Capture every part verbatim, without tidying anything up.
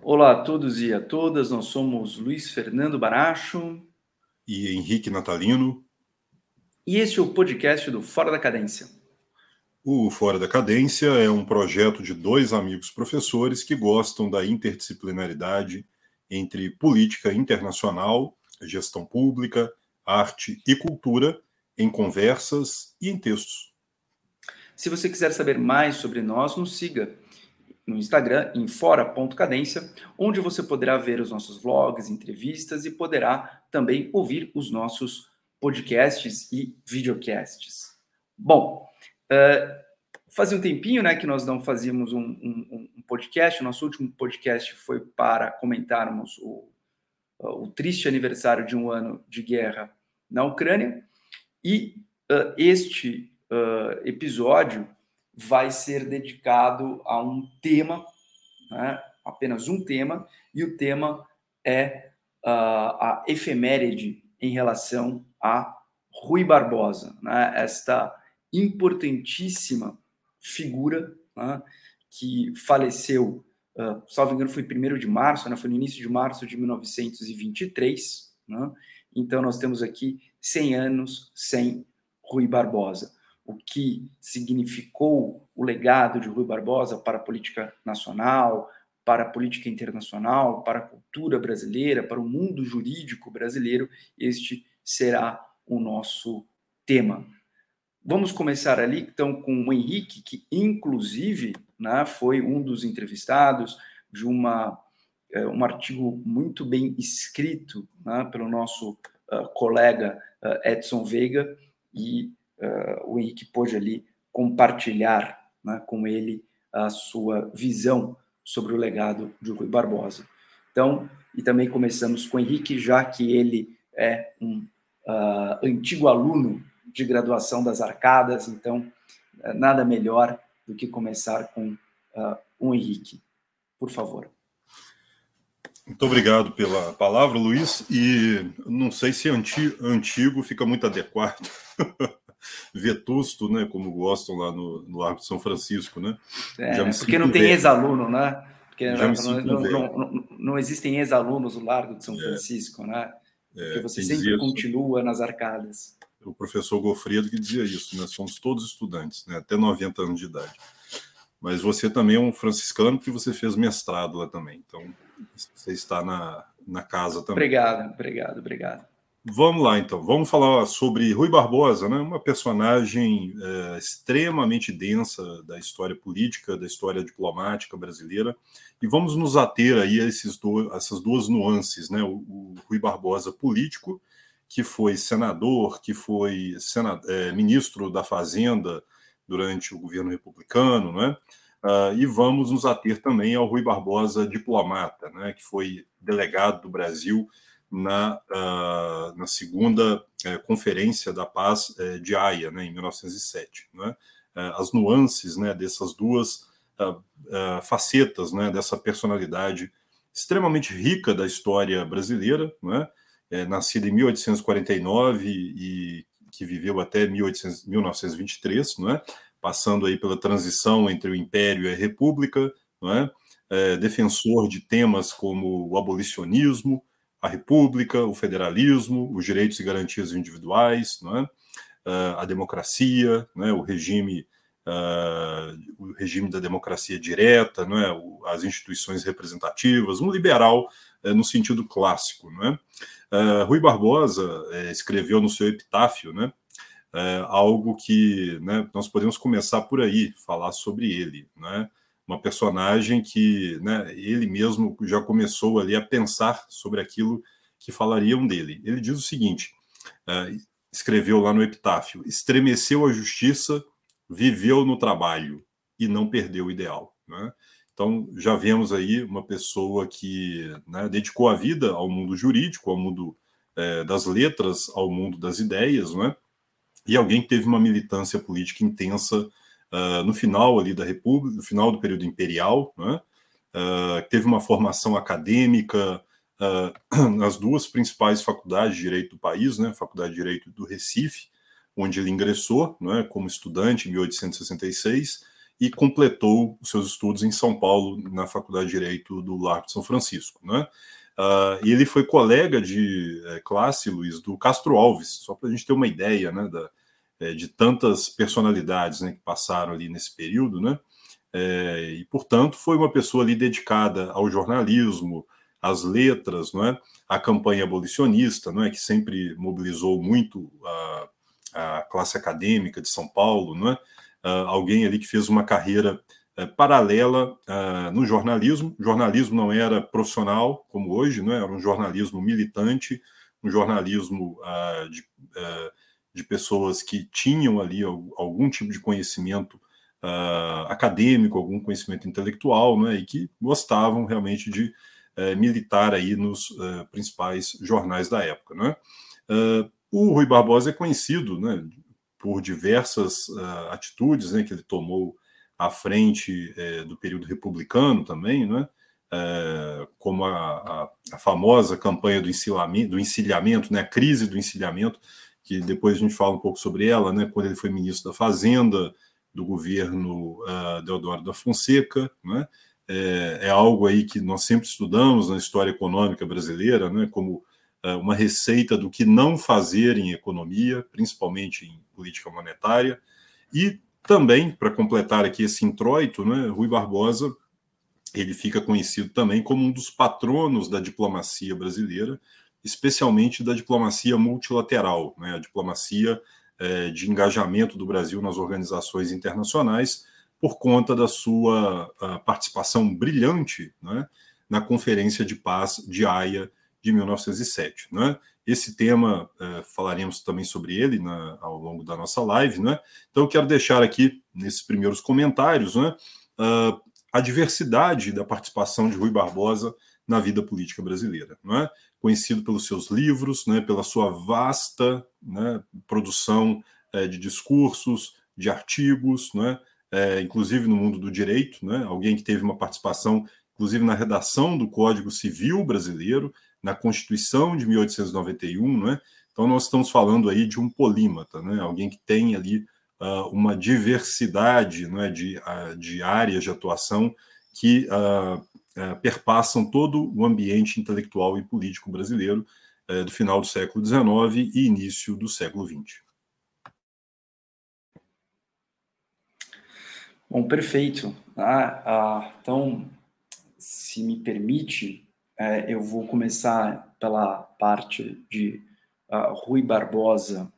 Olá a todos e a todas, nós somos Luiz Fernando Baracho e Henrique Natalino. E este é o podcast do Fora da Cadência. O Fora da Cadência é um projeto de dois amigos professores que gostam da interdisciplinaridade entre política internacional, gestão pública, arte e cultura em conversas e em textos. Se você quiser saber mais sobre nós, nos siga no Instagram, em fora ponto cadência, onde você poderá ver os nossos vlogs, entrevistas e poderá também ouvir os nossos podcasts e videocasts. Bom, uh, fazia um tempinho, né, que nós não fazíamos um, um, um podcast. O nosso último podcast foi para comentarmos o, o triste aniversário de um ano de guerra na Ucrânia. E uh, este uh, episódio vai ser dedicado a um tema, né, apenas um tema, e o tema é uh, a efeméride em relação a Rui Barbosa, né, esta importantíssima figura, né, que faleceu, uh, salvo engano, foi primeiro de março, né, foi no início de março de mil novecentos e vinte e três, né, então nós temos aqui cem anos sem Rui Barbosa. O que significou o legado de Rui Barbosa para a política nacional, para a política internacional, para a cultura brasileira, para o mundo jurídico brasileiro, este será o nosso tema. Vamos começar ali, então, com o Henrique, que, inclusive, né, foi um dos entrevistados de uma, um artigo muito bem escrito, né, pelo nosso uh, colega uh, Edson Veiga, e Uh, o Henrique pôde ali compartilhar, né, com ele a sua visão sobre o legado de Rui Barbosa. Então, e também começamos com o Henrique, já que ele é um uh, antigo aluno de graduação das Arcadas, então uh, nada melhor do que começar com uh, o Henrique. Por favor. Muito obrigado pela palavra, Luiz, e não sei se anti, antigo fica muito adequado. Vetusto, né, como gostam lá no, no Largo de São Francisco, né? É, Já me porque não tem velho. Ex-aluno, né? Porque Já não, me sinto não, velho. Não, não, não existem ex-alunos no Largo de São é. Francisco, né? Porque é, você sempre isso, continua nas arcadas. O professor Gofredo que dizia isso, né? Somos todos estudantes, né? Até noventa anos de idade. Mas você também é um franciscano porque você fez mestrado lá também. Então, você está na, na casa também. Obrigado, obrigado, obrigado. Vamos lá, então. Vamos falar sobre Rui Barbosa, né? Uma personagem é, extremamente densa da história política, da história diplomática brasileira. E vamos nos ater aí a esses do, essas duas nuances, né? O, o Rui Barbosa político, que foi senador, que foi senad, é, ministro da Fazenda durante o governo republicano, né? Uh, e vamos nos ater também ao Rui Barbosa diplomata, né? Que foi delegado do Brasil Na, uh, na segunda uh, Conferência da Paz uh, de Haia, né, em mil novecentos e sete. Né? Uh, as nuances, né, dessas duas uh, uh, facetas, né, dessa personalidade extremamente rica da história brasileira, né, uh, nascida em mil oitocentos e quarenta e nove e que viveu até mil novecentos e vinte e três, né, passando aí pela transição entre o Império e a República, né, uh, defensor de temas como o abolicionismo, a República, o federalismo, os direitos e garantias individuais, não é? a democracia, não é? o, regime, uh, o regime da democracia direta, não é? as instituições representativas, um liberal uh, no sentido clássico. Não é? uh, Rui Barbosa uh, escreveu no seu epitáfio, né, uh, algo que, né, nós podemos começar por aí, falar sobre ele, não é? Uma personagem que, né, ele mesmo já começou ali a pensar sobre aquilo que falariam dele. Ele diz o seguinte, uh, escreveu lá no epitáfio: estremeceu a justiça, viveu no trabalho e não perdeu o ideal. Né? Então, já vemos aí uma pessoa que, né, dedicou a vida ao mundo jurídico, ao mundo eh, das letras, ao mundo das ideias, né? E alguém que teve uma militância política intensa Uh, no final ali da República, no final do período imperial, né? uh, teve uma formação acadêmica uh, nas duas principais faculdades de Direito do país, né? Faculdade de Direito do Recife, onde ele ingressou, né, como estudante em mil oitocentos e sessenta e seis, e completou os seus estudos em São Paulo, na Faculdade de Direito do Largo de São Francisco, né? Uh, e ele foi colega de é, classe, Luiz, do Castro Alves, só para a gente ter uma ideia, né, da, é, de tantas personalidades, né, que passaram ali nesse período, né? É, e, portanto, foi uma pessoa ali dedicada ao jornalismo, às letras, não é? À campanha abolicionista, não é? Que sempre mobilizou muito a, a classe acadêmica de São Paulo, não é? Uh, alguém ali que fez uma carreira uh, paralela uh, no jornalismo. O jornalismo não era profissional, como hoje, não é? Era um jornalismo militante, um jornalismo uh, de, uh, de pessoas que tinham ali algum tipo de conhecimento Uh, acadêmico, algum conhecimento intelectual, né, e que gostavam realmente de uh, militar aí nos uh, principais jornais da época, né? Uh, o Rui Barbosa é conhecido, né, por diversas uh, atitudes, né, que ele tomou à frente uh, do período republicano também, né, uh, como a, a, a famosa campanha do encilhamento, do encilhamento, né, a crise do encilhamento, que depois a gente fala um pouco sobre ela, né, quando ele foi ministro da Fazenda do governo uh, Deodoro da Fonseca, né? é, é algo aí que nós sempre estudamos na história econômica brasileira, né? Como uh, uma receita do que não fazer em economia, principalmente em política monetária, e também, para completar aqui esse introito, né, Rui Barbosa, ele fica conhecido também como um dos patronos da diplomacia brasileira, especialmente da diplomacia multilateral, né? A diplomacia de engajamento do Brasil nas organizações internacionais, por conta da sua participação brilhante, né, na Conferência de Paz de Haia de mil novecentos e sete. Né? Esse tema, eh, falaremos também sobre ele na, ao longo da nossa live. Né? Então, eu quero deixar aqui, nesses primeiros comentários, né, uh, a diversidade da participação de Rui Barbosa na vida política brasileira, não é? Conhecido pelos seus livros, né, pela sua vasta, né, produção é, de discursos, de artigos, né, é, inclusive no mundo do direito, né, alguém que teve uma participação, inclusive na redação do Código Civil brasileiro, na Constituição de mil oitocentos e noventa e um, né? Então nós estamos falando aí de um polímata, né, alguém que tem ali uh, uma diversidade, né, de, uh, de áreas de atuação que uh, Uh, perpassam todo o ambiente intelectual e político brasileiro uh, do final do século dezenove e início do século vinte. Bom, perfeito. Ah, ah, então, se me permite, é, eu vou começar pela parte de uh, Rui Barbosa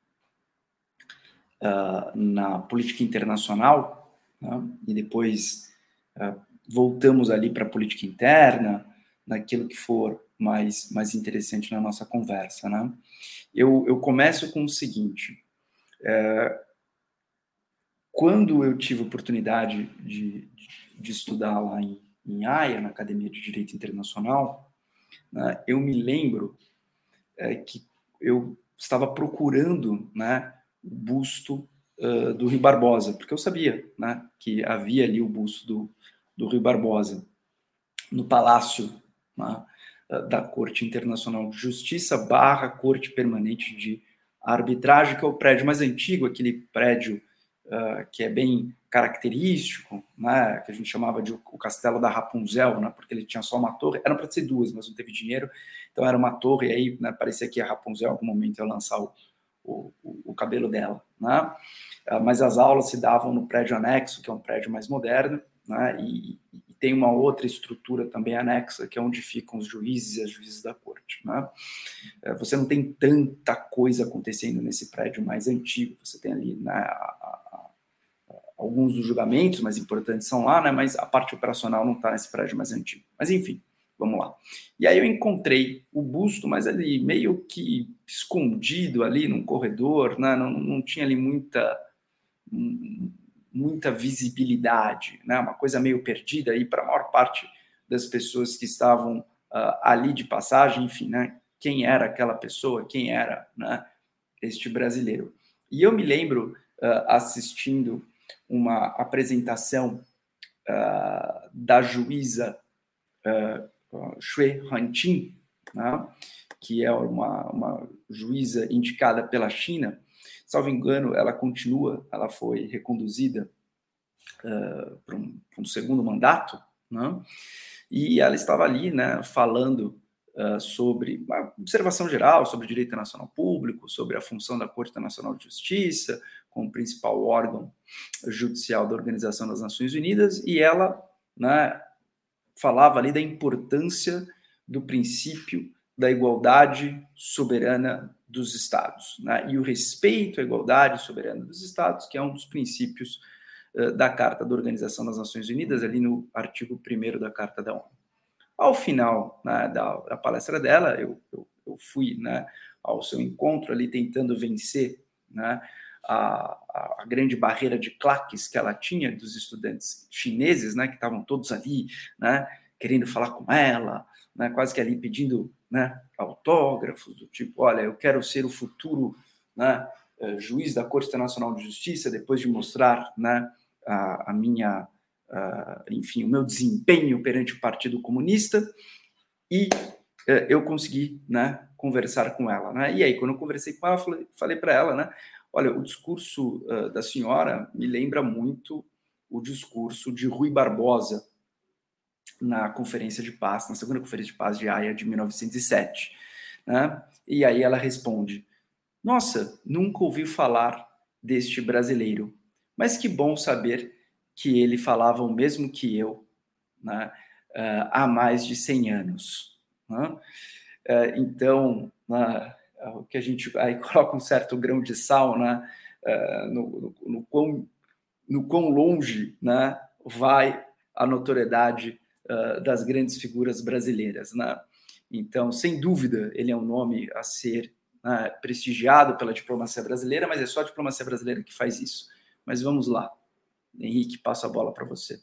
uh, na política internacional, né? E depois uh, voltamos ali para a política interna, naquilo que for mais, mais interessante na nossa conversa, né? Eu, eu começo com o seguinte, é, quando eu tive a oportunidade de, de estudar lá em, em Haia, na Academia de Direito Internacional, né, eu me lembro é, que eu estava procurando, né, o busto uh, do Rui Barbosa, porque eu sabia, né, que havia ali o busto do, do Rui Barbosa no Palácio, né, da Corte Internacional de Justiça barra Corte Permanente de Arbitragem, que é o prédio mais antigo, aquele prédio uh, que é bem característico, né, que a gente chamava de o Castelo da Rapunzel, né, porque ele tinha só uma torre, eram para ser duas, mas não teve dinheiro, então era uma torre, e aí, né, parecia que a Rapunzel, em algum momento, ia lançar o, o, o cabelo dela. Né? Uh, mas as aulas se davam no prédio anexo, que é um prédio mais moderno, né, e, e tem uma outra estrutura também anexa, que é onde ficam os juízes e as juízes da corte. Né? Você não tem tanta coisa acontecendo nesse prédio mais antigo, você tem ali, né, a, a, a, alguns dos julgamentos mais importantes são lá, né, mas a parte operacional não está nesse prédio mais antigo. Mas enfim, vamos lá. E aí eu encontrei o busto, mas ali meio que escondido ali num corredor, né, não, não tinha ali muita... muita visibilidade, né? Uma coisa meio perdida aí para a maior parte das pessoas que estavam uh, ali de passagem, enfim, né? Quem era aquela pessoa, quem era, né, este brasileiro. E eu me lembro uh, assistindo uma apresentação uh, da juíza uh, Xue Hanqing, né, que é uma, uma juíza indicada pela China. Salvo engano, ela continua, ela foi reconduzida uh, para um, um segundo mandato, né? E ela estava ali, né, falando uh, sobre uma observação geral sobre o direito internacional público, sobre a função da Corte Internacional de Justiça, como principal órgão judicial da Organização das Nações Unidas, e ela, né, falava ali da importância do princípio da igualdade soberana dos Estados, né, e o respeito à igualdade soberana dos Estados, que é um dos princípios uh, da Carta da Organização das Nações Unidas, ali no artigo primeiro da Carta da ONU. Ao final, né, da, da palestra dela, eu, eu, eu fui, né, ao seu encontro ali tentando vencer, né, a, a, a grande barreira de claques que ela tinha dos estudantes chineses, né, que estavam todos ali, né, querendo falar com ela, né, quase que ali pedindo, né, autógrafos, do tipo, olha, eu quero ser o futuro, né, juiz da Corte Internacional de Justiça, depois de mostrar, né, a, a minha... Uh, enfim, o meu desempenho perante o Partido Comunista, e uh, eu consegui, né, conversar com ela, né? E aí, quando eu conversei com ela, falei, falei para ela, né, olha, o discurso uh, da senhora me lembra muito o discurso de Rui Barbosa na Conferência de Paz, na segunda Conferência de Paz de Haia de mil novecentos e sete, né? E aí ela responde, nossa, nunca ouvi falar deste brasileiro, mas que bom saber que ele falava o mesmo que eu, né, uh, há mais de cem anos. Né? Uh, então, uh, o que a gente aí coloca um certo grão de sal, né, uh, no, no, no, quão, no quão longe, né, vai a notoriedade uh, das grandes figuras brasileiras. Né? Então, sem dúvida, ele é um nome a ser, né, prestigiado pela diplomacia brasileira, mas é só a diplomacia brasileira que faz isso. Mas vamos lá. Henrique, passo a bola para você.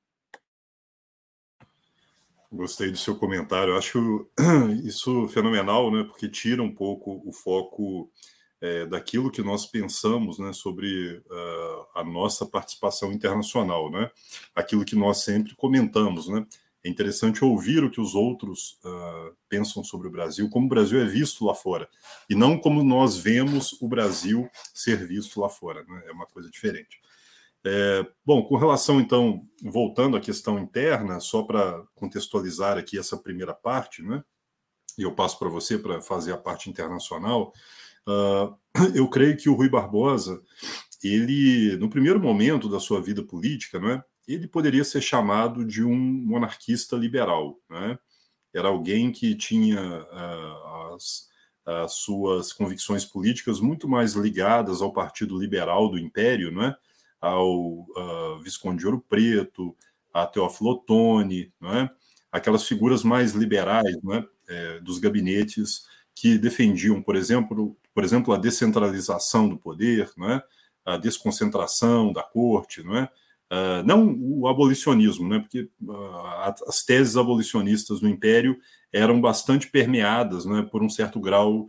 Gostei do seu comentário. Eu acho isso fenomenal, né? Porque tira um pouco o foco é, daquilo que nós pensamos, né, sobre uh, a nossa participação internacional, né? Aquilo que nós sempre comentamos, né? É interessante ouvir o que os outros uh, pensam sobre o Brasil, como o Brasil é visto lá fora, e não como nós vemos o Brasil ser visto lá fora, né? É uma coisa diferente. É, bom, com relação, então, voltando à questão interna, só para contextualizar aqui essa primeira parte, né, e eu passo para você para fazer a parte internacional, uh, eu creio que o Rui Barbosa, ele, no primeiro momento da sua vida política, né, ele poderia ser chamado de um monarquista liberal, né? Era alguém que tinha uh, as, as suas convicções políticas muito mais ligadas ao Partido Liberal do Império, né? Ao uh, Visconde de Ouro Preto, a Teófilo Otoni, né? Aquelas figuras mais liberais, né? É, dos gabinetes que defendiam, por exemplo, por exemplo, a descentralização do poder, né? A desconcentração da corte, né? Uh, não o abolicionismo, né? Porque uh, as teses abolicionistas do Império eram bastante permeadas, né? Por um certo grau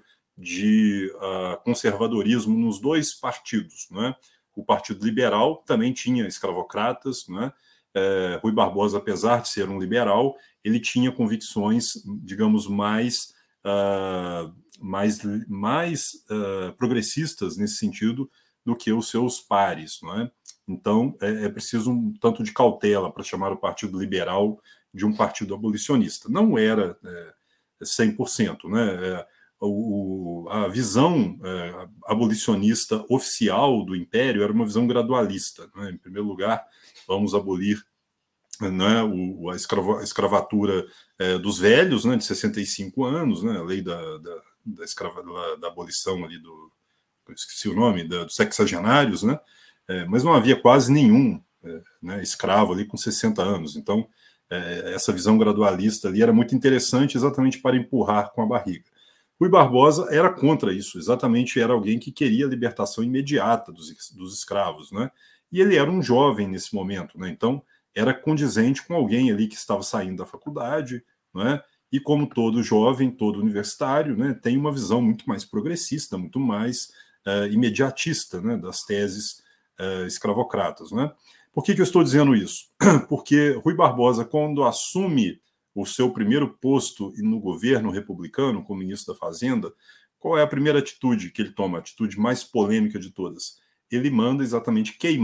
de uh, conservadorismo nos dois partidos, né? O Partido Liberal também tinha escravocratas, né? É, Rui Barbosa, apesar de ser um liberal, ele tinha convicções, digamos, mais, uh, mais, mais uh, progressistas nesse sentido do que os seus pares, né? Então, é, é preciso um tanto de cautela para chamar o Partido Liberal de um partido abolicionista. Não era é, cem por cento, né? É, O, a visão é, abolicionista oficial do Império era uma visão gradualista. Né? Em primeiro lugar, vamos abolir, né, o, a, escravo, a escravatura é, dos velhos, né, de sessenta e cinco anos, né, a lei da, da, da, escrava, da, da abolição ali do, eu esqueci o nome, da, dos sexagenários, né, é, mas não havia quase nenhum é, né, escravo ali com sessenta anos. Então, é, essa visão gradualista ali era muito interessante exatamente para empurrar com a barriga. Rui Barbosa era contra isso, exatamente era alguém que queria a libertação imediata dos, dos escravos, né? E ele era um jovem nesse momento, né? Então era condizente com alguém ali que estava saindo da faculdade, né? E como todo jovem, todo universitário, né, tem uma visão muito mais progressista, muito mais uh, imediatista, né, das teses uh, escravocratas, né? Por que que eu estou dizendo isso? Porque Rui Barbosa, quando assume o seu primeiro posto no governo republicano, como ministro da Fazenda, qual é a primeira atitude que ele toma, a atitude mais polêmica de todas? Ele manda exatamente queimar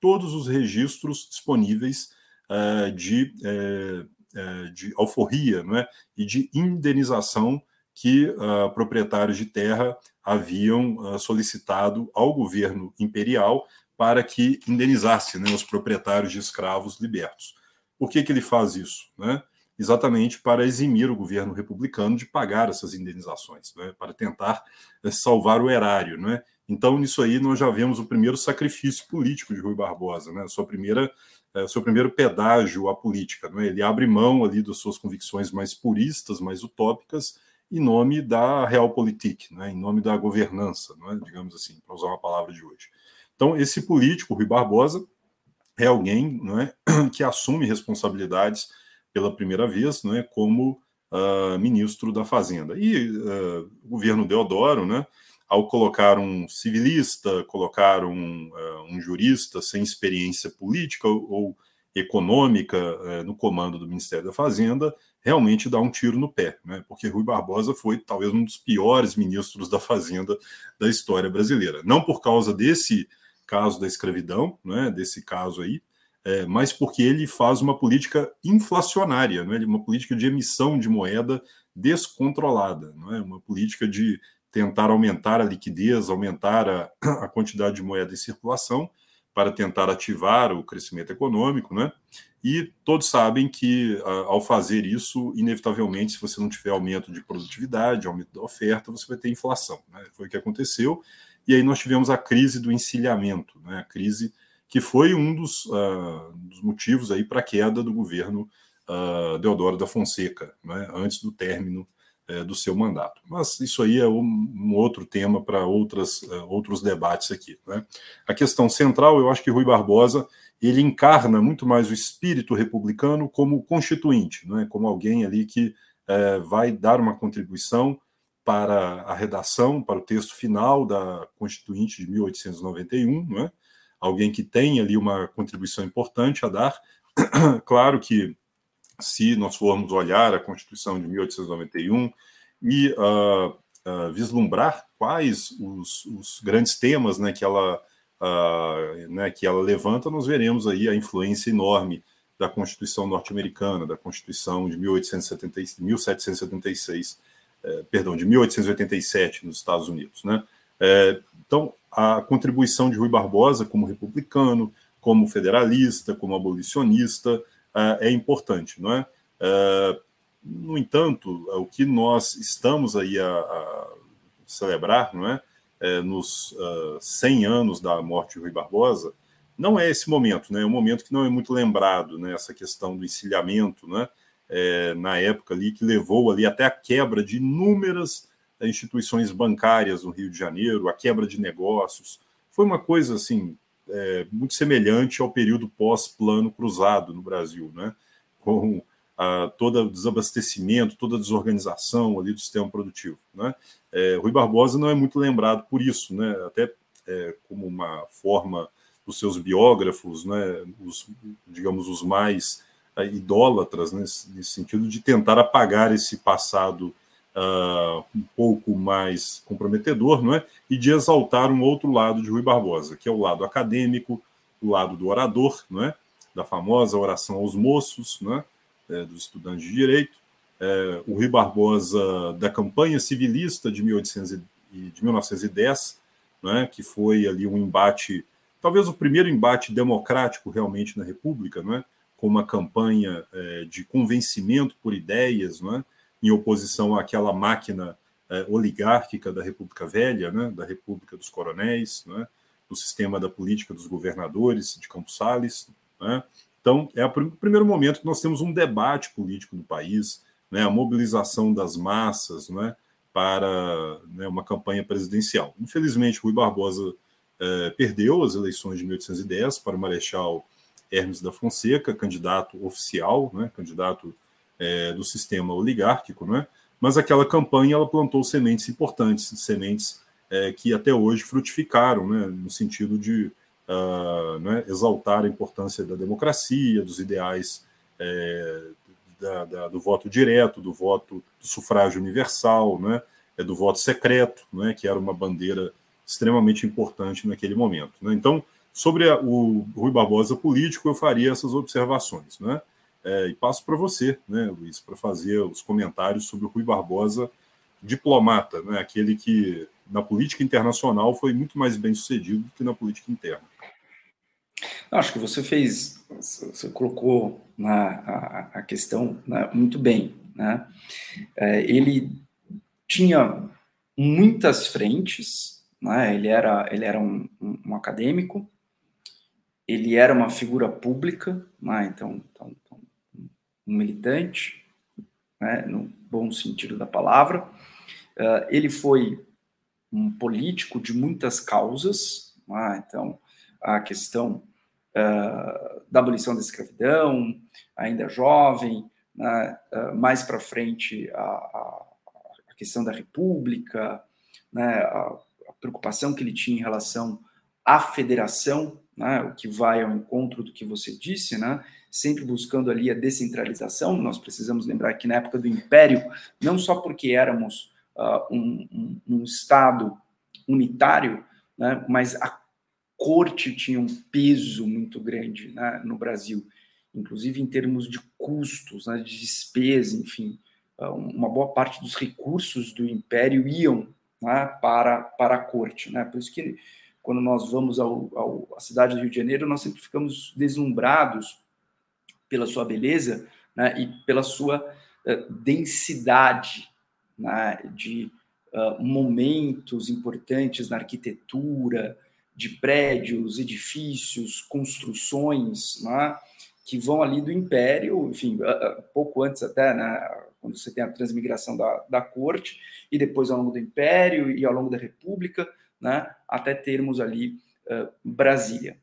todos os registros disponíveis uh, de, uh, uh, de alforria, não é? E de indenização que uh, proprietários de terra haviam uh, solicitado ao governo imperial para que indenizasse, né, os proprietários de escravos libertos. Por que que ele faz isso, né? Exatamente para eximir o governo republicano de pagar essas indenizações, né, para tentar salvar o erário, né? Então, nisso aí, nós já vemos o primeiro sacrifício político de Rui Barbosa, né? Sua primeira, é, seu primeiro pedágio à política, né? Ele abre mão ali das suas convicções mais puristas, mais utópicas, em nome da realpolitik, né? Em nome da governança, né? Digamos assim, para usar uma palavra de hoje. Então, esse político, Rui Barbosa, é alguém, não é, que assume responsabilidades pela primeira vez, não é, como uh, ministro da Fazenda. E uh, o governo Deodoro, né, ao colocar um civilista, colocar um, uh, um jurista sem experiência política ou, ou econômica uh, no comando do Ministério da Fazenda, realmente dá um tiro no pé, né, porque Rui Barbosa foi talvez um dos piores ministros da Fazenda da história brasileira. Não por causa desse caso da escravidão, né, desse caso aí, é, mas porque ele faz uma política inflacionária, né, uma política de emissão de moeda descontrolada, não é, uma política de tentar aumentar a liquidez, aumentar a, a quantidade de moeda em circulação para tentar ativar o crescimento econômico, né? E todos sabem que, ao fazer isso, inevitavelmente, se você não tiver aumento de produtividade, aumento da oferta, você vai ter inflação, né? Foi o que aconteceu. E aí nós tivemos a crise do encilhamento, né? A crise que foi um dos, uh, dos motivos aí para a queda do governo uh, Deodoro da Fonseca, né? Antes do término uh, do seu mandato. Mas isso aí é um, um outro tema para outras, uh, outros debates aqui, né? A questão central, eu acho que Rui Barbosa ele encarna muito mais o espírito republicano como constituinte, né? Como alguém ali que uh, vai dar uma contribuição para a redação, para o texto final da Constituinte de mil oitocentos e noventa e um, não é? Alguém que tem ali uma contribuição importante a dar. Claro que, se nós formos olhar a Constituição de mil oitocentos e noventa e um e uh, uh, vislumbrar quais os, os grandes temas, né, que, ela, uh, né, que ela levanta, nós veremos aí a influência enorme da Constituição norte-americana, da Constituição de mil oitocentos e setenta, mil setecentos e setenta e seis, eh, perdão, de mil oitocentos e oitenta e sete nos Estados Unidos, né? Eh, então, a contribuição de Rui Barbosa como republicano, como federalista, como abolicionista, uh, é importante, não é? Uh, no entanto, o que nós estamos aí a, a celebrar, não é? É, nos uh, cem anos da morte de Rui Barbosa, não é esse momento, né? É um momento que não é muito lembrado, né? Essa questão do encilhamento, né? É, na época ali, que levou ali até a quebra de inúmeras instituições bancárias no Rio de Janeiro, a quebra de negócios. Foi uma coisa assim é, muito semelhante ao período pós-Plano Cruzado no Brasil, né? Com a, todo o desabastecimento, toda a desorganização ali do sistema produtivo, né? É, Rui Barbosa não é muito lembrado por isso, né? Até é, como uma forma dos seus biógrafos, né? Os, digamos, os mais é, idólatras, né? Nesse, nesse sentido de tentar apagar esse passado Uh, um pouco mais comprometedor, não é? E de exaltar um outro lado de Rui Barbosa, que é o lado acadêmico, o lado do orador, não é? Da famosa oração aos moços, não é? É, dos estudantes de direito, é, o Rui Barbosa da campanha civilista de, mil e oitocentos e, de mil novecentos e dez, não é? Que foi ali um embate, talvez o primeiro embate democrático realmente na República, não é? Com uma campanha é, de convencimento por ideias, não é? Em oposição àquela máquina eh, oligárquica da República Velha, né, da República dos Coronéis, né, do sistema da política dos governadores de Campos Sales. Né. Então, é o primeiro momento que nós temos um debate político no país, né, a mobilização das massas, né, para, né, uma campanha presidencial. Infelizmente, Rui Barbosa eh, perdeu as eleições de mil oitocentos e dez para o Marechal Hermes da Fonseca, candidato oficial, né, candidato É, do sistema oligárquico, né? Mas aquela campanha ela plantou sementes importantes, sementes é, que até hoje frutificaram, né? No sentido de uh, né? exaltar a importância da democracia, dos ideais é, da, da, do voto direto, do voto do sufrágio universal, né? É, do voto secreto, né? Que era uma bandeira extremamente importante naquele momento. Né? Então, Sobre a, o Rui Barbosa político, eu faria essas observações, né? É, e passo para você, né, Luiz, para fazer os comentários sobre o Rui Barbosa diplomata, né? Aquele que na política internacional foi muito mais bem sucedido do que na política interna. Acho que você fez, você colocou na, a, a questão, né, muito bem, né? É, ele tinha muitas frentes, né? Ele era, ele era um, um, um acadêmico, ele era uma figura pública, né? então, então, então, um militante, né? No bom sentido da palavra. Uh, ele foi um político de muitas causas, né? Então, a questão uh, da abolição da escravidão, ainda jovem, né? uh, mais para frente a, a, a questão da república, né? a, a preocupação que ele tinha em relação à federação, né? O que vai ao encontro do que você disse, né? Sempre buscando ali a descentralização. Nós precisamos lembrar que na época do Império, não só porque éramos uh, um, um, um Estado unitário, né? Mas a corte tinha um peso muito grande, né, no Brasil, inclusive em termos de custos, né, de despesa, enfim, uma boa parte dos recursos do Império iam, né, para, para a corte, né? Por isso que quando nós vamos ao, ao, à cidade do Rio de Janeiro, nós sempre ficamos deslumbrados pela sua beleza, né, e pela sua uh, densidade, né, de uh, momentos importantes na arquitetura, de prédios, edifícios, construções, né, que vão ali do Império, enfim, uh, uh, pouco antes até, né, quando você tem a transmigração da, da corte, e depois ao longo do Império e ao longo da República, né, até termos ali uh, Brasília.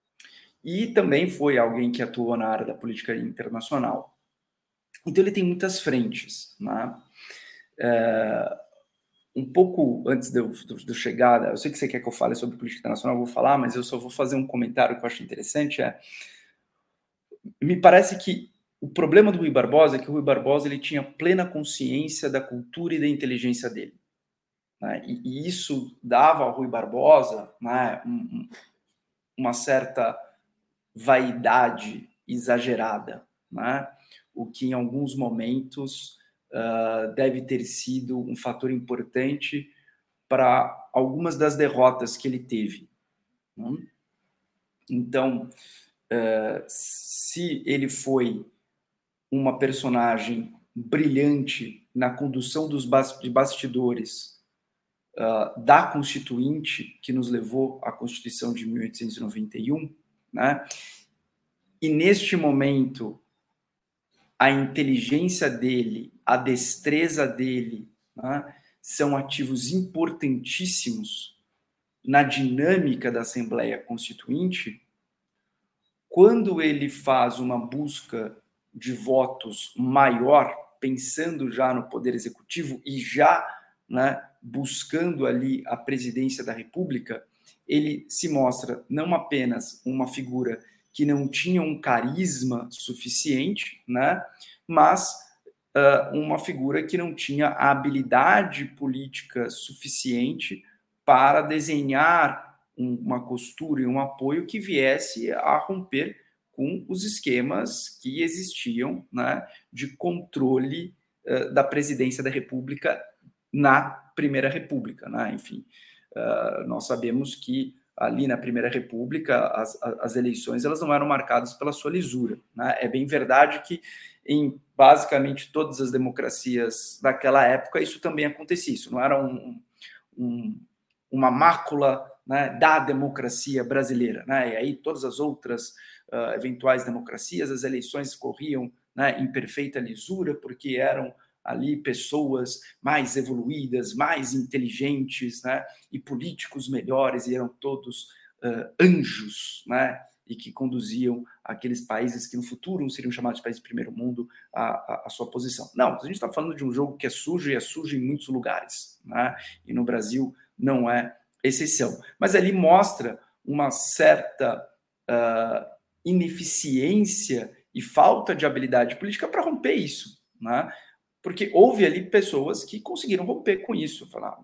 E também foi alguém que atuou na área da política internacional. Então ele tem muitas frentes, né? É, um pouco antes de eu, de eu chegar, eu sei que você quer que eu fale sobre política internacional, eu vou falar, mas eu só vou fazer um comentário que eu acho interessante, é, me parece que o problema do Rui Barbosa é que o Rui Barbosa ele tinha plena consciência da cultura e da inteligência dele, né? E, e isso dava ao Rui Barbosa, né, um, uma certa vaidade exagerada, né? O que em alguns momentos uh, deve ter sido um fator importante para algumas das derrotas que ele teve, né? Então, uh, se ele foi uma personagem brilhante na condução dos de bastidores uh, da Constituinte, que nos levou à Constituição de mil oitocentos e noventa e um, né? E neste momento, a inteligência dele, a destreza dele, né, são ativos importantíssimos na dinâmica da Assembleia Constituinte. Quando ele faz uma busca de votos maior, pensando já no Poder Executivo e já, né, buscando ali a presidência da República, ele se mostra não apenas uma figura que não tinha um carisma suficiente, né, mas uh, uma figura que não tinha a habilidade política suficiente para desenhar um, uma costura e um apoio que viesse a romper com os esquemas que existiam, né, de controle uh, da presidência da República na Primeira República, né? Enfim, uh, nós sabemos que ali na Primeira República, as, as eleições elas não eram marcadas pela sua lisura, né? É bem verdade que em basicamente todas as democracias daquela época isso também acontecia, isso não era um, um, uma mácula, né, da democracia brasileira, né? E aí todas as outras uh, eventuais democracias, as eleições corriam, né, em perfeita lisura, porque eram ali pessoas mais evoluídas, mais inteligentes, né, e políticos melhores, e eram todos uh, anjos, né, e que conduziam aqueles países que no futuro seriam chamados de países de primeiro mundo a, a, a sua posição. Não, a gente está falando de um jogo que é sujo e é sujo em muitos lugares, né, e no Brasil não é exceção. Mas ali mostra uma certa uh, ineficiência e falta de habilidade política para romper isso, né? Porque houve ali pessoas que conseguiram romper com isso. Falar,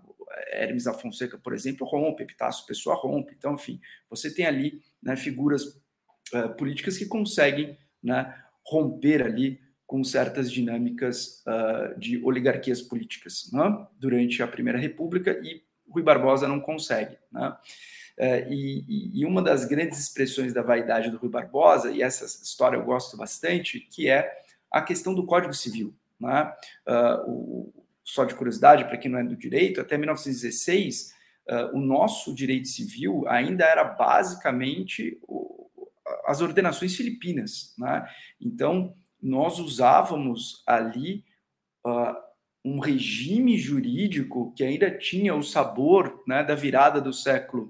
Hermes da Fonseca, por exemplo, rompe, Epitácio Pessoa rompe. Então, enfim, você tem ali, né, figuras uh, políticas que conseguem, né, romper ali com certas dinâmicas uh, de oligarquias políticas, né, durante a Primeira República, e Rui Barbosa não consegue, né? Uh, e, e uma das grandes expressões da vaidade do Rui Barbosa, e essa história eu gosto bastante, que é a questão do Código Civil, né? Uh, o, só de curiosidade, para quem não é do direito, até mil novecentos e dezesseis, uh, o nosso direito civil ainda era basicamente o, as ordenações filipinas, né? Então, nós usávamos ali uh, um regime jurídico que ainda tinha o sabor, né, da virada do século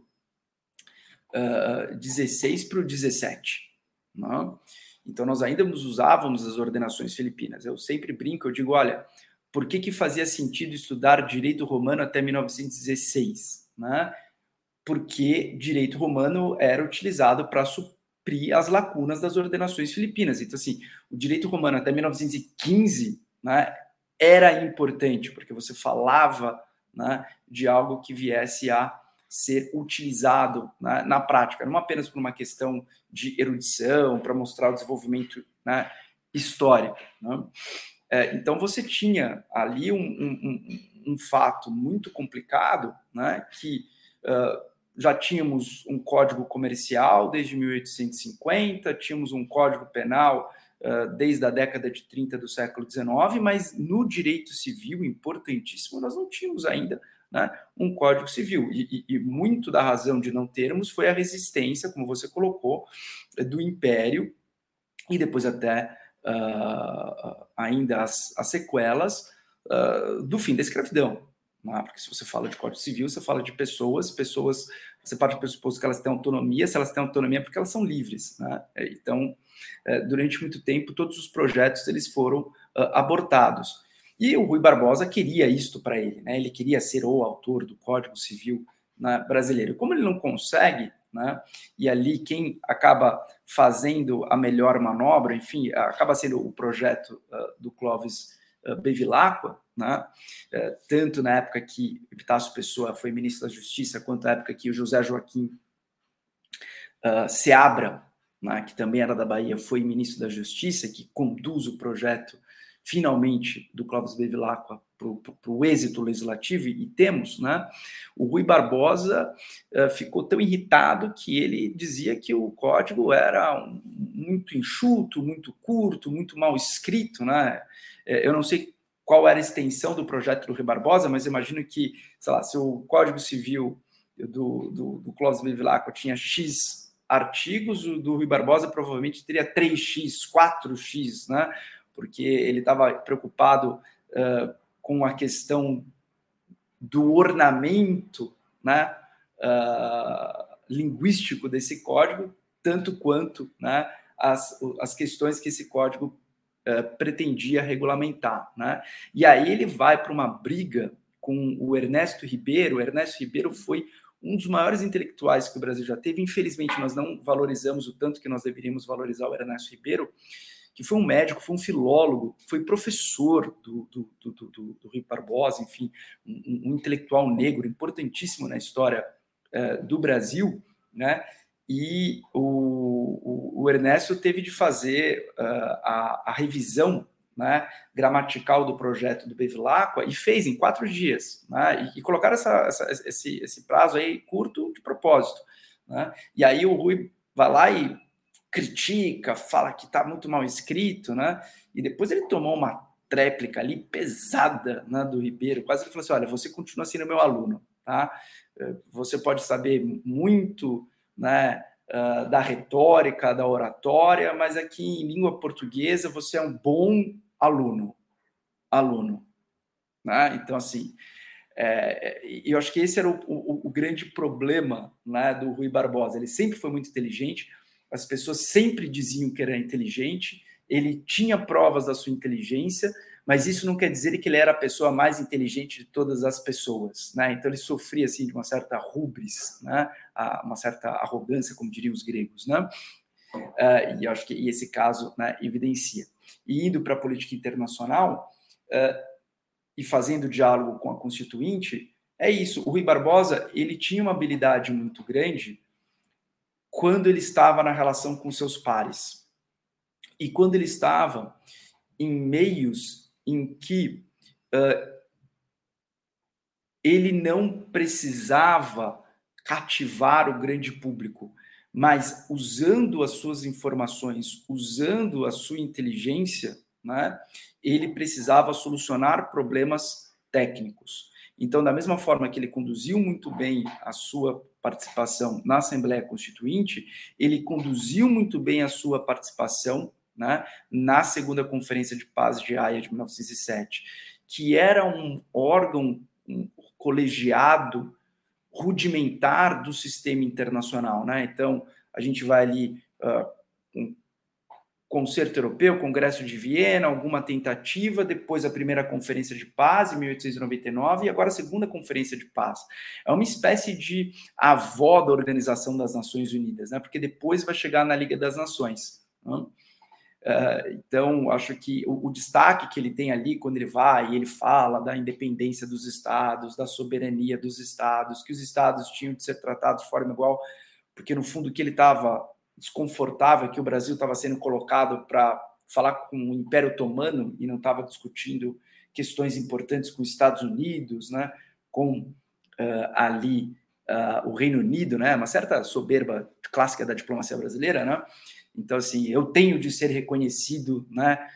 dezesseis para o dezessete. Né? Então, nós ainda usávamos as ordenações filipinas. Eu sempre brinco, eu digo, olha, por que, que fazia sentido estudar direito romano até mil novecentos e dezesseis? Né? Porque direito romano era utilizado para suprir as lacunas das ordenações filipinas. Então, assim, o direito romano até mil novecentos e quinze, né, era importante, porque você falava, né, de algo que viesse a ser utilizado, né, na prática, não apenas por uma questão de erudição, para mostrar o desenvolvimento, né, histórico. Né? É, então, você tinha ali um, um, um, um fato muito complicado, né, que uh, já tínhamos um código comercial desde mil oitocentos e cinquenta, tínhamos um código penal uh, desde a década de trinta do século dezenove, mas no direito civil, importantíssimo, nós não tínhamos ainda, né, um código civil. E, e, e muito da razão de não termos foi a resistência, como você colocou, do Império, e depois até uh, ainda as, as sequelas uh, do fim da escravidão. Né? Porque se você fala de Código Civil, você fala de pessoas, pessoas, você parte do pressuposto que elas têm autonomia, se elas têm autonomia é porque elas são livres. Né? Então, uh, durante muito tempo, todos os projetos eles foram uh, abortados. E o Rui Barbosa queria isto para ele, né? Ele queria ser o autor do Código Civil, né, brasileiro. Como ele não consegue, né, e ali quem acaba fazendo a melhor manobra, enfim, acaba sendo o projeto uh, do Clóvis uh, Bevilacqua, né, uh, tanto na época que Epitácio Pessoa foi ministro da Justiça, quanto na época que o José Joaquim uh, Seabra, né, que também era da Bahia, foi ministro da Justiça, que conduz o projeto finalmente do Clóvis Bevilacqua para o êxito legislativo, e temos, né, o Rui Barbosa uh, ficou tão irritado que ele dizia que o código era um, muito enxuto, muito curto, muito mal escrito, né? Eu não sei qual era a extensão do projeto do Rui Barbosa, mas imagino que, sei lá, se o Código Civil do, do, do Clóvis Bevilacqua tinha X artigos, o do Rui Barbosa provavelmente teria três x, quatro x, né? Porque ele estava preocupado uh, com a questão do ornamento, né, uh, linguístico desse código, tanto quanto, né, as, as questões que esse código uh, pretendia regulamentar. Né? E aí ele vai para uma briga com o Ernesto Ribeiro. O Ernesto Ribeiro foi um dos maiores intelectuais que o Brasil já teve. Infelizmente, nós não valorizamos o tanto que nós deveríamos valorizar o Ernesto Ribeiro, que foi um médico, foi um filólogo, foi professor do, do, do, do, do Rui Barbosa, enfim, um, um intelectual negro importantíssimo na história uh, do Brasil, né? E o, o, o Ernesto teve de fazer uh, a, a revisão, né, gramatical do projeto do Bevilacqua, e fez em quatro dias, né? E, e colocaram essa, essa, esse, esse prazo aí curto de propósito. Né? E aí o Rui vai lá e critica, fala que está muito mal escrito, né? E depois ele tomou uma tréplica ali pesada, né, do Ribeiro, quase que falou assim, olha, você continua sendo meu aluno, tá? Você pode saber muito, né, uh, da retórica, da oratória, mas aqui em língua portuguesa você é um bom aluno, aluno, né? Então, assim, é, eu acho que esse era o, o, o grande problema, né, do Rui Barbosa. Ele sempre foi muito inteligente, as pessoas sempre diziam que era inteligente, ele tinha provas da sua inteligência, mas isso não quer dizer que ele era a pessoa mais inteligente de todas as pessoas, né? Então ele sofria assim de uma certa rubris, né? Uma certa arrogância, como diriam os gregos, né? Uh, e eu acho que e esse caso, né, evidencia. E indo para a política internacional uh, e fazendo diálogo com a Constituinte, é isso. O Rui Barbosa, ele tinha uma habilidade muito grande quando ele estava na relação com seus pares. E quando ele estava em meios em que uh, ele não precisava cativar o grande público, mas usando as suas informações, usando a sua inteligência, né, ele precisava solucionar problemas técnicos. Então, da mesma forma que ele conduziu muito bem a sua participação na Assembleia Constituinte, ele conduziu muito bem a sua participação, né, na Segunda Conferência de Paz de Haia de mil novecentos e sete, que era um órgão um colegiado rudimentar do sistema internacional, né? Então, a gente vai ali uh, um Concerto Europeu, Congresso de Viena, alguma tentativa, depois a primeira Conferência de Paz, em mil oitocentos e noventa e nove, e agora a segunda Conferência de Paz. É uma espécie de avó da Organização das Nações Unidas, né? Porque depois vai chegar na Liga das Nações. Né? Uh, então, acho que o, o destaque que ele tem ali, quando ele vai e ele fala da independência dos estados, da soberania dos estados, que os estados tinham de ser tratados de forma igual, porque no fundo que ele estava desconfortável, que o Brasil estava sendo colocado para falar com o Império Otomano e não estava discutindo questões importantes com os Estados Unidos, né, com uh, ali uh, o Reino Unido, né, uma certa soberba clássica da diplomacia brasileira, né? Então, assim, eu tenho de ser reconhecido, né,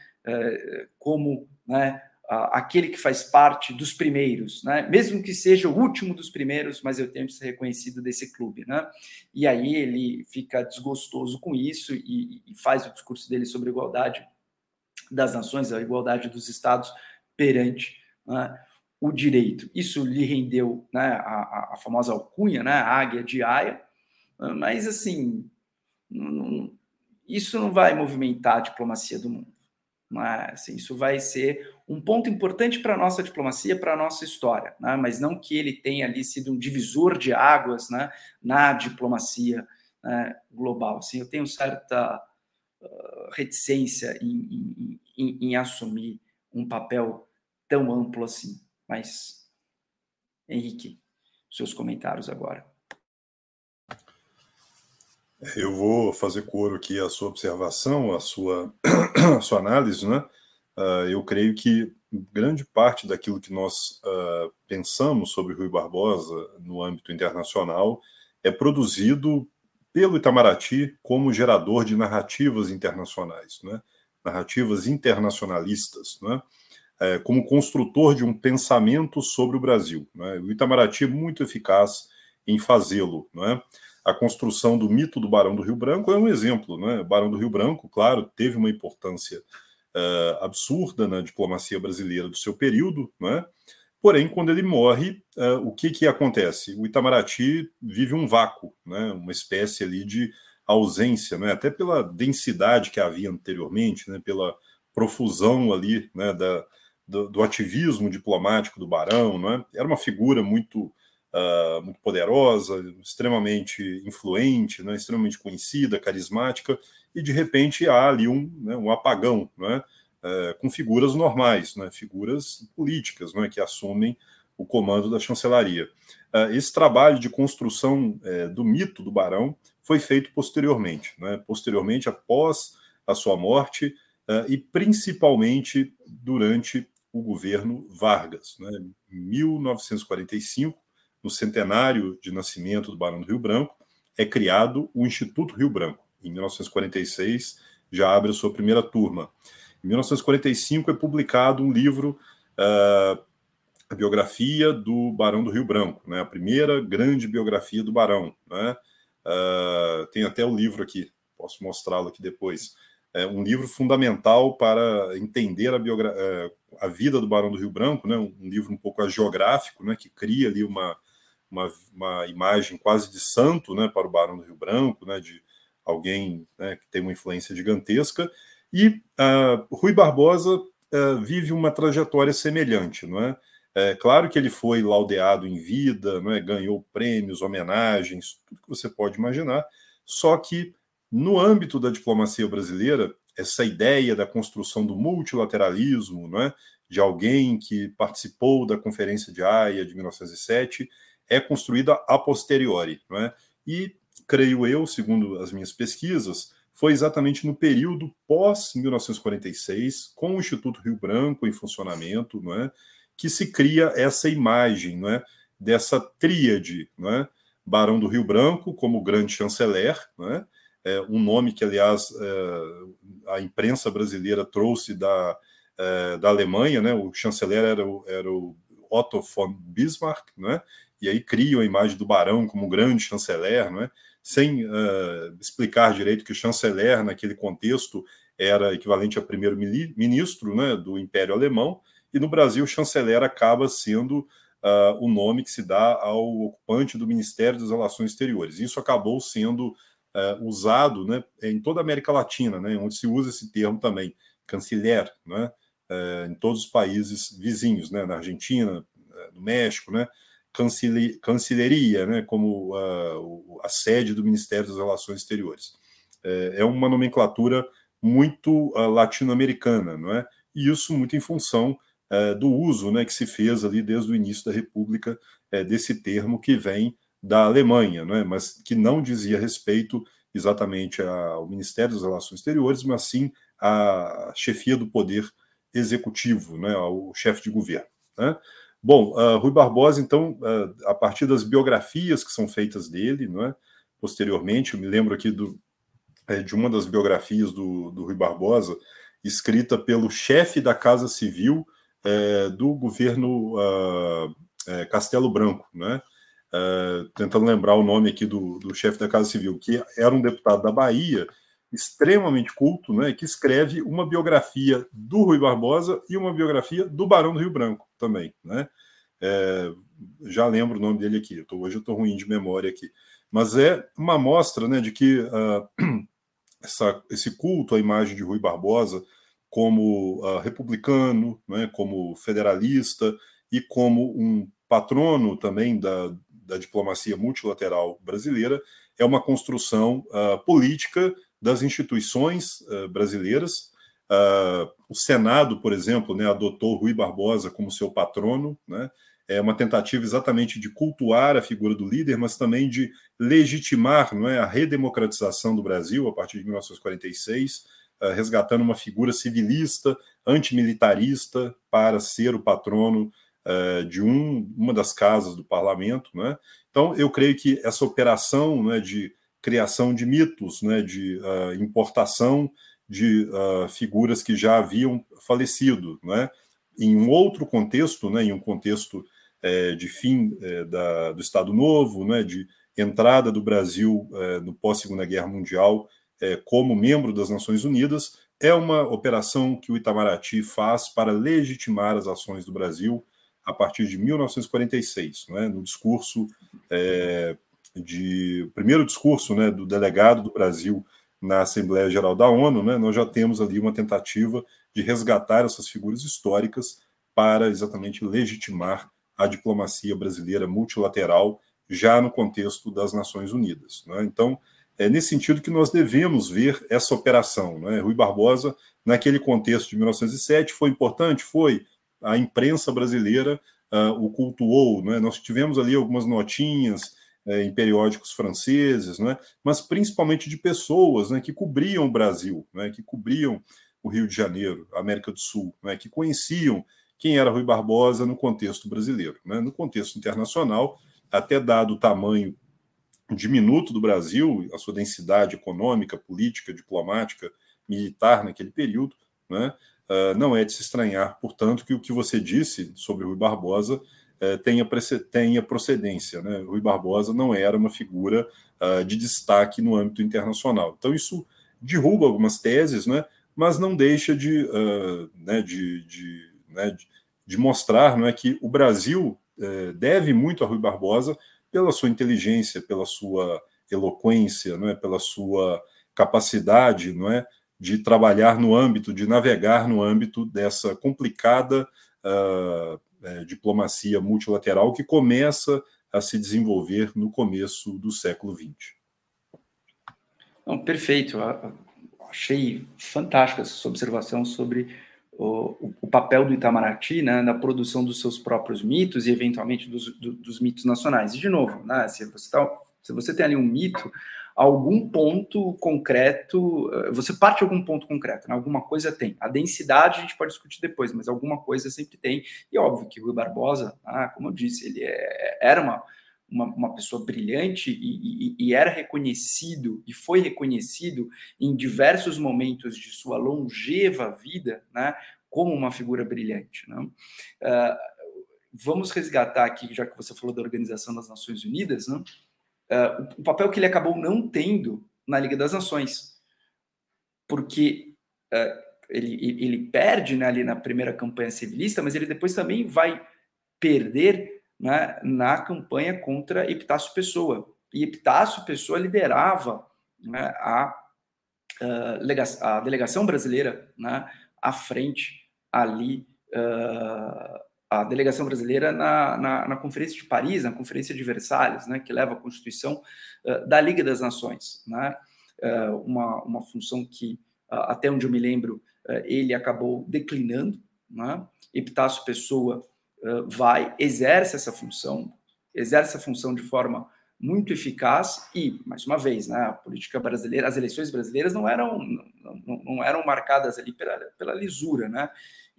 como, né, aquele que faz parte dos primeiros, né, mesmo que seja o último dos primeiros, mas eu tenho de ser reconhecido desse clube, né? E aí ele fica desgostoso com isso e, e faz o discurso dele sobre a igualdade das nações, a igualdade dos estados perante, né, o direito. Isso lhe rendeu, né, a, a famosa alcunha, né, a Águia de Haia, mas, assim, não, isso não vai movimentar a diplomacia do mundo. Mas, assim, isso vai ser um ponto importante para a nossa diplomacia, para a nossa história, né? Mas não que ele tenha ali sido um divisor de águas, né, na diplomacia, né, global. Assim, eu tenho certa uh, reticência em, em, em, em assumir um papel tão amplo assim. Mas, Henrique, seus comentários agora. Eu vou fazer coro aqui à sua observação, à sua, à sua análise, né? Uh, eu creio que grande parte daquilo que nós uh, pensamos sobre Rui Barbosa no âmbito internacional é produzido pelo Itamaraty como gerador de narrativas internacionais, né? Narrativas internacionalistas, né? Uh, como construtor de um pensamento sobre o Brasil, né? O Itamaraty é muito eficaz em fazê-lo, né? A construção do mito do Barão do Rio Branco é um exemplo, né? O Barão do Rio Branco, claro, teve uma importância uh, absurda na diplomacia brasileira do seu período, né? Porém, quando ele morre, uh, o que, que acontece? O Itamaraty vive um vácuo, né? Uma espécie ali de ausência, né? Até pela densidade que havia anteriormente, né? Pela profusão ali, né? da, do, do ativismo diplomático do Barão, né? Era uma figura muito... Uh, muito poderosa, extremamente influente, né, extremamente conhecida, carismática, e de repente há ali um, né, um apagão, né, uh, com figuras normais, né, figuras políticas, né, que assumem o comando da chancelaria. Uh, esse trabalho de construção uh, do mito do Barão foi feito posteriormente, né, posteriormente após a sua morte uh, e principalmente durante o governo Vargas, né, em mil novecentos e quarenta e cinco, no centenário de nascimento do Barão do Rio Branco, é criado o Instituto Rio Branco. Em mil novecentos e quarenta e seis, já abre a sua primeira turma. Em mil novecentos e quarenta e cinco, é publicado um livro, uh, a biografia do Barão do Rio Branco, né? A primeira grande biografia do Barão, né? Uh, tem até o livro aqui, posso mostrá-lo aqui depois. É um livro fundamental para entender a, biogra- a vida do Barão do Rio Branco, né? Um livro um pouco agiográfico, né? Que cria ali uma Uma, uma imagem quase de santo, né, para o Barão do Rio Branco, né, de alguém, né, que tem uma influência gigantesca, e uh, Rui Barbosa uh, vive uma trajetória semelhante, não é? É claro que ele foi laudeado em vida, não é? Ganhou prêmios, homenagens, tudo que você pode imaginar, só que no âmbito da diplomacia brasileira essa ideia da construção do multilateralismo, não é? De alguém que participou da Conferência de Haia de mil novecentos e sete, é construída a posteriori, não é? E, creio eu, segundo as minhas pesquisas, foi exatamente no período pós-mil novecentos e quarenta e seis, com o Instituto Rio Branco em funcionamento, não é? Que se cria essa imagem, não é? Dessa tríade, não é? Barão do Rio Branco como grande chanceler, não é? É um nome que, aliás, é, a imprensa brasileira trouxe da, é, da Alemanha, né? O chanceler era o, era o Otto von Bismarck, né? E aí criam a imagem do barão como grande chanceler, não é? Sem uh, explicar direito que o chanceler, naquele contexto, era equivalente a primeiro-ministro, né, do Império Alemão, e no Brasil o chanceler acaba sendo uh, o nome que se dá ao ocupante do Ministério das Relações Exteriores. Isso acabou sendo uh, usado, né, em toda a América Latina, né, onde se usa esse termo também, canciller, né, uh, em todos os países vizinhos, né, na Argentina, uh, no México, né, Cancilleria, né, como uh, a sede do Ministério das Relações Exteriores. É, é uma nomenclatura muito uh, latino-americana, não é? E isso muito em função uh, do uso, né, que se fez ali desde o início da República uh, desse termo que vem da Alemanha, não é? Mas que não dizia respeito exatamente ao Ministério das Relações Exteriores, mas sim à chefia do poder executivo, né, ao chefe de governo, né? Bom, uh, Rui Barbosa, então, uh, a partir das biografias que são feitas dele, não é? Posteriormente, eu me lembro aqui do, é, de uma das biografias do, do Rui Barbosa, escrita pelo chefe da Casa Civil é, do governo uh, é, Castelo Branco, né? Uh, tentando lembrar o nome aqui do, do chefe da Casa Civil, que era um deputado da Bahia, extremamente culto, né, que escreve uma biografia do Rui Barbosa e uma biografia do Barão do Rio Branco também, né? É, já lembro o nome dele aqui, eu tô, hoje eu estou ruim de memória aqui, mas é uma amostra, né, de que uh, essa, esse culto à imagem de Rui Barbosa como uh, republicano, né, como federalista e como um patrono também da, da diplomacia multilateral brasileira é uma construção uh, política das instituições uh, brasileiras. Uh, o Senado, por exemplo, né, adotou Rui Barbosa como seu patrono, né? É uma tentativa exatamente de cultuar a figura do líder, mas também de legitimar, não é, a redemocratização do Brasil a partir de mil novecentos e quarenta e seis, uh, resgatando uma figura civilista, antimilitarista, para ser o patrono uh, de um, uma das casas do parlamento, não é? Então, eu creio que essa operação, né, de criação de mitos, né, de uh, importação de uh, figuras que já haviam falecido, né, em um outro contexto, né, em um contexto eh, de fim eh, da, do Estado Novo, né, de entrada do Brasil eh, no pós-Segunda Guerra Mundial eh, como membro das Nações Unidas, é uma operação que o Itamaraty faz para legitimar as ações do Brasil a partir de mil novecentos e quarenta e seis, né, no discurso eh, de o primeiro discurso, né, do delegado do Brasil na Assembleia Geral da ONU, né, nós já temos ali uma tentativa de resgatar essas figuras históricas para exatamente legitimar a diplomacia brasileira multilateral já no contexto das Nações Unidas, né? Então, é nesse sentido que nós devemos ver essa operação, né? Rui Barbosa, naquele contexto de mil novecentos e sete, foi importante? Foi. A imprensa brasileira uh, o cultuou, né? Nós tivemos ali algumas notinhas em periódicos franceses, né, mas principalmente de pessoas, né, que cobriam o Brasil, né, que cobriam o Rio de Janeiro, a América do Sul, né, que conheciam quem era Rui Barbosa no contexto brasileiro. Né. No contexto internacional, até dado o tamanho diminuto do Brasil, a sua densidade econômica, política, diplomática, militar naquele período, né, uh, não é de se estranhar, portanto, que o que você disse sobre Rui Barbosa Tenha, tenha procedência, né? Rui Barbosa não era uma figura uh, de destaque no âmbito internacional. Então, isso derruba algumas teses, né? Mas não deixa de, uh, né, de, de, né, de, de mostrar, não é, que o Brasil uh, deve muito a Rui Barbosa pela sua inteligência, pela sua eloquência, não é, pela sua capacidade, não é, de trabalhar no âmbito, de navegar no âmbito dessa complicada uh, É, diplomacia multilateral que começa a se desenvolver no começo do século vinte. Não, perfeito. A, achei fantástica essa sua observação sobre o, o papel do Itamaraty, né, na produção dos seus próprios mitos e, eventualmente, dos, do, dos mitos nacionais. E, de novo, né, se, você tá, se você tem ali um mito, algum ponto concreto, você parte de algum ponto concreto, né, alguma coisa tem. A densidade a gente pode discutir depois, mas alguma coisa sempre tem. E, óbvio, que Rui Barbosa, ah, como eu disse, ele é, era uma... Uma, uma pessoa brilhante e, e, e era reconhecido e foi reconhecido em diversos momentos de sua longeva vida, né, como uma figura brilhante. Né? Uh, vamos resgatar aqui, já que você falou da Organização das Nações Unidas, né, uh, o, o papel que ele acabou não tendo na Liga das Nações, porque uh, ele, ele perde, né, ali na primeira campanha civilista, mas ele depois também vai perder, né, na campanha contra Epitácio Pessoa. E Epitácio Pessoa liderava, né, a, a, a delegação brasileira, né, à frente ali, uh, a delegação brasileira na, na, na Conferência de Paris, na Conferência de Versalhes, né, que leva a Constituição uh, da Liga das Nações. Né, uh, uma, uma função que, uh, até onde eu me lembro, uh, ele acabou declinando. Né, Epitácio Pessoa Uh, vai, exerce essa função, exerce essa função de forma muito eficaz e, mais uma vez, né, a política brasileira, as eleições brasileiras não eram, não, não, não eram marcadas ali pela, pela lisura, né,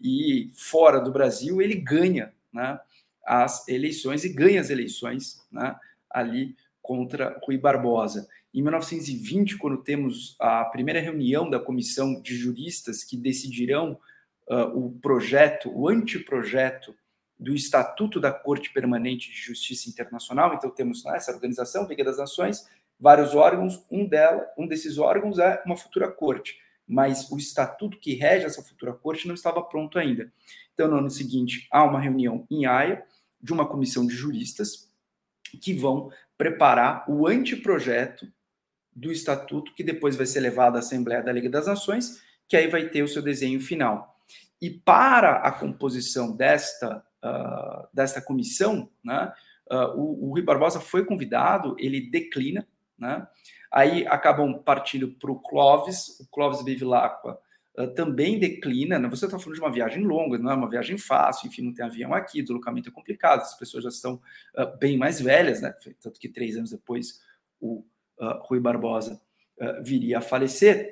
e fora do Brasil ele ganha, né, as eleições e ganha as eleições, né, ali contra Rui Barbosa. Em mil novecentos e vinte, quando temos a primeira reunião da comissão de juristas que decidirão uh, o projeto, o anteprojeto do Estatuto da Corte Permanente de Justiça Internacional. Então, temos, né, essa organização, Liga das Nações, vários órgãos, um, dela, um desses órgãos é uma futura corte, mas o estatuto que rege essa futura corte não estava pronto ainda. Então, no ano seguinte, há uma reunião em Haia de uma comissão de juristas que vão preparar o anteprojeto do estatuto, que depois vai ser levado à Assembleia da Liga das Nações, que aí vai ter o seu desenho final. E para a composição desta Uh, dessa comissão, né, uh, o, o Rui Barbosa foi convidado, ele declina, né, aí acabam partindo para o Clóvis, o Clóvis Bevilacqua uh, também declina, né, você está falando de uma viagem longa, não é uma viagem fácil, enfim, não tem avião aqui, deslocamento é complicado, as pessoas já estão uh, bem mais velhas, né, tanto que três anos depois o uh, Rui Barbosa uh, viria a falecer.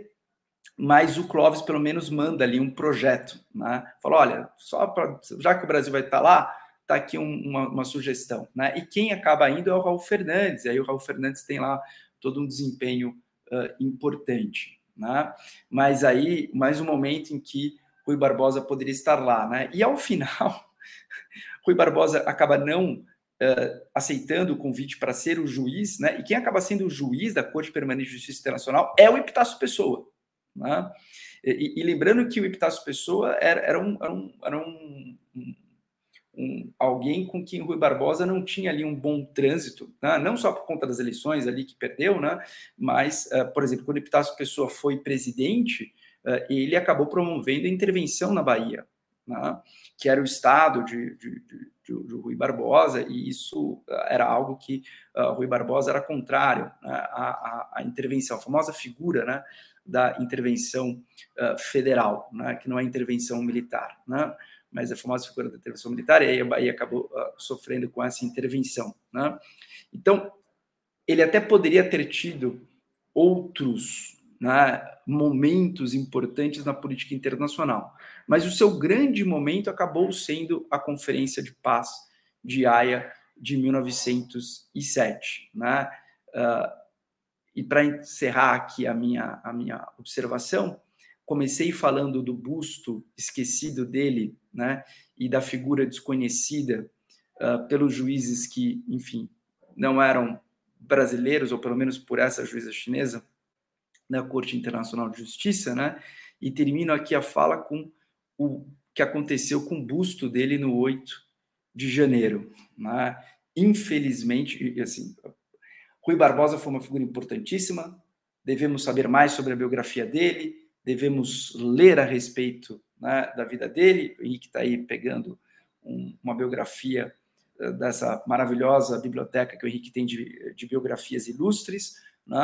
Mas o Clóvis, pelo menos, manda ali um projeto, né? Fala, olha, só pra, já que o Brasil vai estar lá, está aqui um, uma, uma sugestão, né? E quem acaba indo é o Raul Fernandes, e aí o Raul Fernandes tem lá todo um desempenho uh, importante, né? Mas aí, mais um momento em que Rui Barbosa poderia estar lá, né? E ao final, Rui Barbosa acaba não uh, aceitando o convite para ser o juiz, né? E quem acaba sendo o juiz da Corte Permanente de Justiça Internacional é o Epitácio Pessoa. Né? E, e lembrando que o Epitácio Pessoa era, era, um, era, um, era um, um, um, alguém com quem Rui Barbosa não tinha ali um bom trânsito, né? Não só por conta das eleições ali que perdeu, né? Mas, uh, por exemplo, quando o Epitácio Pessoa foi presidente, uh, ele acabou promovendo a intervenção na Bahia, né? Que era o estado de, de, de, de, de Rui Barbosa, e isso era algo que uh, Rui Barbosa era contrário, né? à, à, à intervenção, a famosa figura, né, da intervenção uh, federal, né, que não é intervenção militar, né, mas a famosa figura da intervenção militar, e aí a Bahia acabou uh, sofrendo com essa intervenção. Né. Então, ele até poderia ter tido outros, né, momentos importantes na política internacional, mas o seu grande momento acabou sendo a Conferência de Paz de Haia de mil novecentos e sete. Né. Uh, E para encerrar aqui a minha, a minha observação, comecei falando do busto esquecido dele, né, e da figura desconhecida uh, pelos juízes que, enfim, não eram brasileiros, ou pelo menos por essa juíza chinesa, da Corte Internacional de Justiça, né, e termino aqui a fala com o que aconteceu com o busto dele no oito de janeiro. Né. Infelizmente, assim, Rui Barbosa foi uma figura importantíssima, devemos saber mais sobre a biografia dele, devemos ler a respeito, né, da vida dele. O Henrique está aí pegando um, uma biografia uh, dessa maravilhosa biblioteca que o Henrique tem de, de biografias ilustres. Né?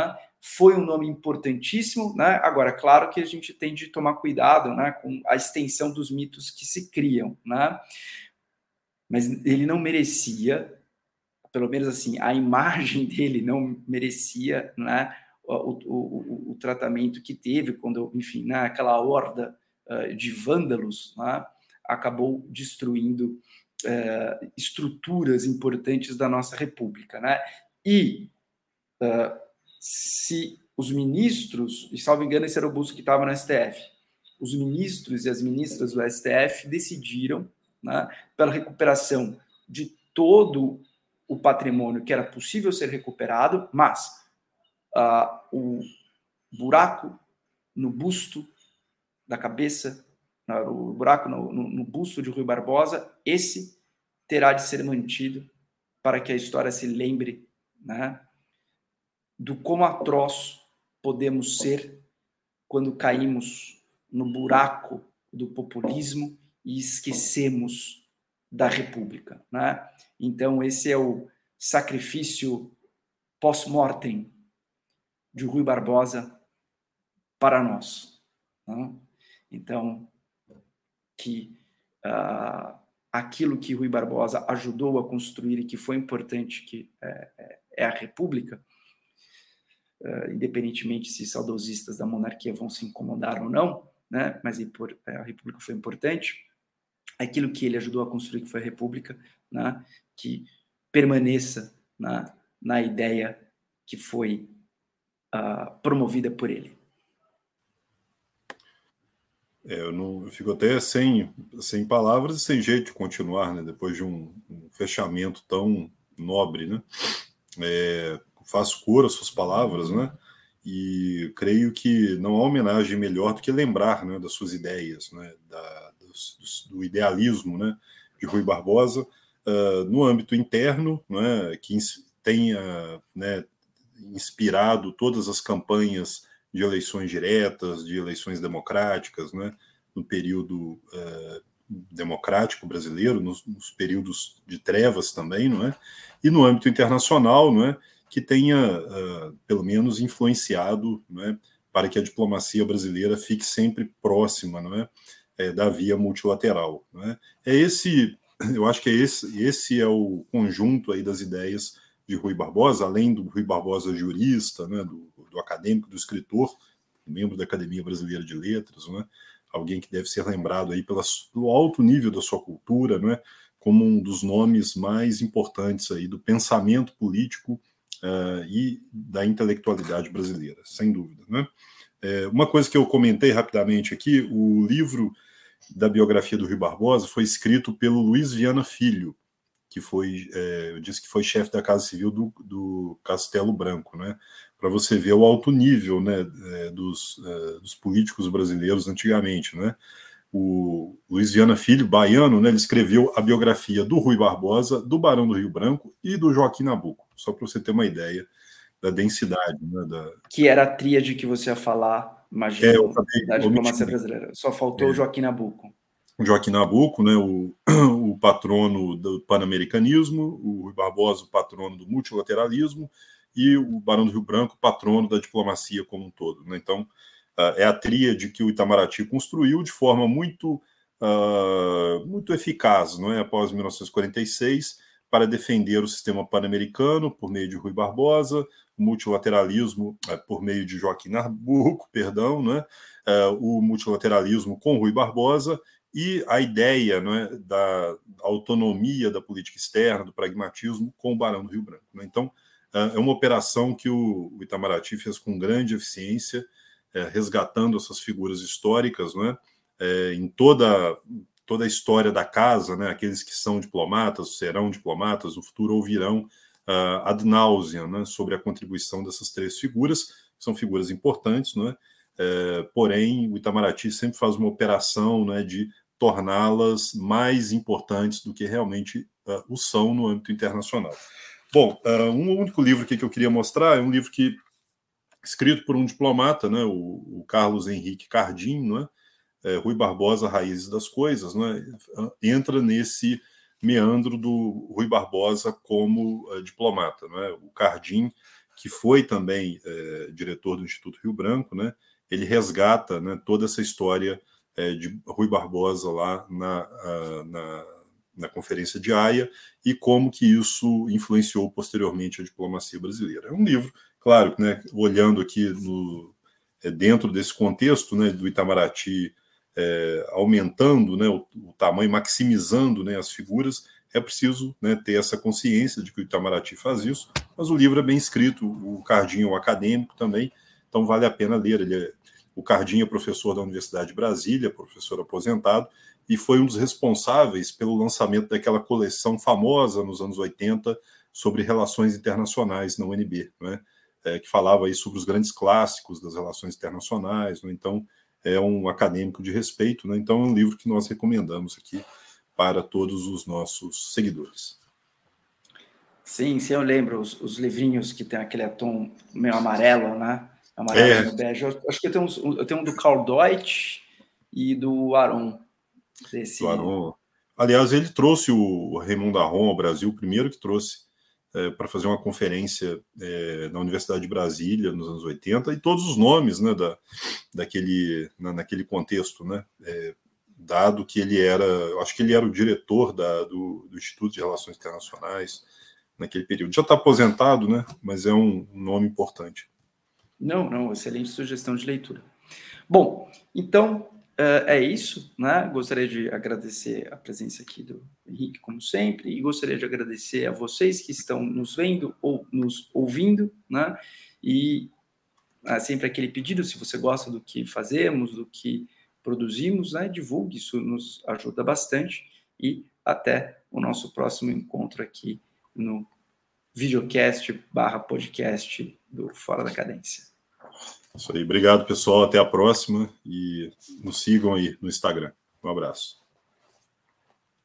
foi um nome importantíssimo, né? Agora, claro que a gente tem de tomar cuidado, né, com a extensão dos mitos que se criam, né? Mas ele não merecia, pelo menos assim, a imagem dele não merecia, né, o, o, o, o tratamento que teve quando, enfim, né, aquela horda uh, de vândalos, né, acabou destruindo uh, estruturas importantes da nossa república, né? E uh, se os ministros, e salvo engano esse era o busto que estava no S T F, os ministros e as ministras do S T F decidiram, né, pela recuperação de todo o patrimônio que era possível ser recuperado, mas uh, o buraco no busto da cabeça, o buraco no, no, no busto de Rui Barbosa, esse terá de ser mantido para que a história se lembre, né, do como atroz podemos ser quando caímos no buraco do populismo e esquecemos da República, né? Então, esse é o sacrifício pós-mortem de Rui Barbosa para nós, né? Então, que uh, aquilo que Rui Barbosa ajudou a construir e que foi importante, que é, é a República, uh, independentemente se saudosistas da monarquia vão se incomodar ou não, né? Mas a República foi importante, aquilo que ele ajudou a construir, que foi a República, né, que permaneça na, na ideia que foi uh, promovida por ele. É, eu, não, eu fico até sem, sem palavras e sem jeito de continuar, né, depois de um, um fechamento tão nobre, né? É, faço cor às suas palavras, né? E creio que não há homenagem melhor do que lembrar, né, das suas ideias, né, da, do, do idealismo, né, de Rui Barbosa, uh, no âmbito interno, né, que tenha, né, inspirado todas as campanhas de eleições diretas, de eleições democráticas, né, no período uh, democrático brasileiro, nos, nos períodos de trevas também, não é? E no âmbito internacional, não é? Que tenha, uh, pelo menos, influenciado, não é? Para que a diplomacia brasileira fique sempre próxima, não é? É, da via multilateral, não é? É esse, eu acho que é esse, esse é o conjunto aí das ideias de Rui Barbosa, além do Rui Barbosa jurista, né, do, do acadêmico, do escritor, membro da Academia Brasileira de Letras, né, alguém que deve ser lembrado aí pela, pelo alto nível da sua cultura, né, como um dos nomes mais importantes aí do pensamento político uh, e da intelectualidade brasileira, sem dúvida, né? É, uma coisa que eu comentei rapidamente aqui, o livro da biografia do Rui Barbosa foi escrito pelo Luiz Viana Filho, que foi, é, eu disse que foi chefe da Casa Civil do, do Castelo Branco, né? Para você ver o alto nível, né, dos, é, dos políticos brasileiros antigamente, né? O Luiz Viana Filho, baiano, né, ele escreveu a biografia do Rui Barbosa, do Barão do Rio Branco e do Joaquim Nabuco, só para você ter uma ideia da densidade, né, da... Que era a tríade que você ia falar, imagino, é, eu acabei, da diplomacia brasileira. Só faltou é. o Joaquim Nabuco. Joaquim Nabuco, né, o, o patrono do pan-americanismo, o Rui Barbosa, o patrono do multilateralismo, e o Barão do Rio Branco, patrono da diplomacia como um todo, né? Então, uh, é a tríade que o Itamaraty construiu de forma muito, uh, muito eficaz, não é? Após mil novecentos e quarenta e seis, para defender o sistema pan-americano por meio de Rui Barbosa, o multilateralismo uh, por meio de Joaquim Nabuco, perdão, né? Uh, o multilateralismo com Rui Barbosa, e a ideia, né, da autonomia da política externa, do pragmatismo com o Barão do Rio Branco, né? Então, é uma operação que o Itamaraty fez com grande eficiência, resgatando essas figuras históricas, né, em toda, toda a história da casa, né, aqueles que são diplomatas, serão diplomatas, no futuro ouvirão uh, ad nauseam, né, sobre a contribuição dessas três figuras, que são figuras importantes, né, é, porém, o Itamaraty sempre faz uma operação, né, de torná-las mais importantes do que realmente uh, o são no âmbito internacional. Bom, uh, um único livro aqui que eu queria mostrar é um livro que escrito por um diplomata, né, o, o Carlos Henrique Cardim, né, é, Rui Barbosa, Raízes das Coisas, né, entra nesse meandro do Rui Barbosa como uh, diplomata, né, o Cardim, que foi também é, diretor do Instituto Rio Branco, né, ele resgata, né, toda essa história é, de Rui Barbosa lá na, a, na, na Conferência de Haia e como que isso influenciou posteriormente a diplomacia brasileira. É um livro, claro, né, olhando aqui no, é, dentro desse contexto, né, do Itamaraty é, aumentando, né, o, o tamanho, maximizando, né, as figuras, é preciso, né, ter essa consciência de que o Itamaraty faz isso, mas o livro é bem escrito, o Cardinho é um acadêmico também, então vale a pena ler. Ele é, o Cardinho é professor da Universidade de Brasília, professor aposentado, e foi um dos responsáveis pelo lançamento daquela coleção famosa nos anos oitenta sobre relações internacionais na U N B, né, é, que falava aí sobre os grandes clássicos das relações internacionais, né, então é um acadêmico de respeito, né, então é um livro que nós recomendamos aqui para todos os nossos seguidores. Sim, sim, eu lembro os, os livrinhos que tem aquele tom meio amarelo, né? Amarelo no bege. Eu acho que eu tenho, uns, eu tenho um do Karl Deutsch e do Aron. Desse... Do Aron. Aliás, ele trouxe o Raimundo Aron ao Brasil, o primeiro que trouxe é, para fazer uma conferência é, na Universidade de Brasília nos anos oitenta, e todos os nomes, né, da, daquele, na, naquele contexto, né, é, dado que ele era, eu acho que ele era o diretor da, do, do Instituto de Relações Internacionais naquele período. Já está aposentado, né? Mas é um, um nome importante. Não, não, excelente sugestão de leitura. Bom, então uh, é isso, né? Gostaria de agradecer a presença aqui do Henrique, como sempre, e gostaria de agradecer a vocês que estão nos vendo ou nos ouvindo, né? E uh, sempre aquele pedido, se você gosta do que fazemos, do que produzimos, né? Divulgue, isso nos ajuda bastante, e até o nosso próximo encontro aqui no videocast barra podcast do Fora da Cadência. Isso aí, obrigado pessoal, até a próxima e nos sigam aí no Instagram. Um abraço.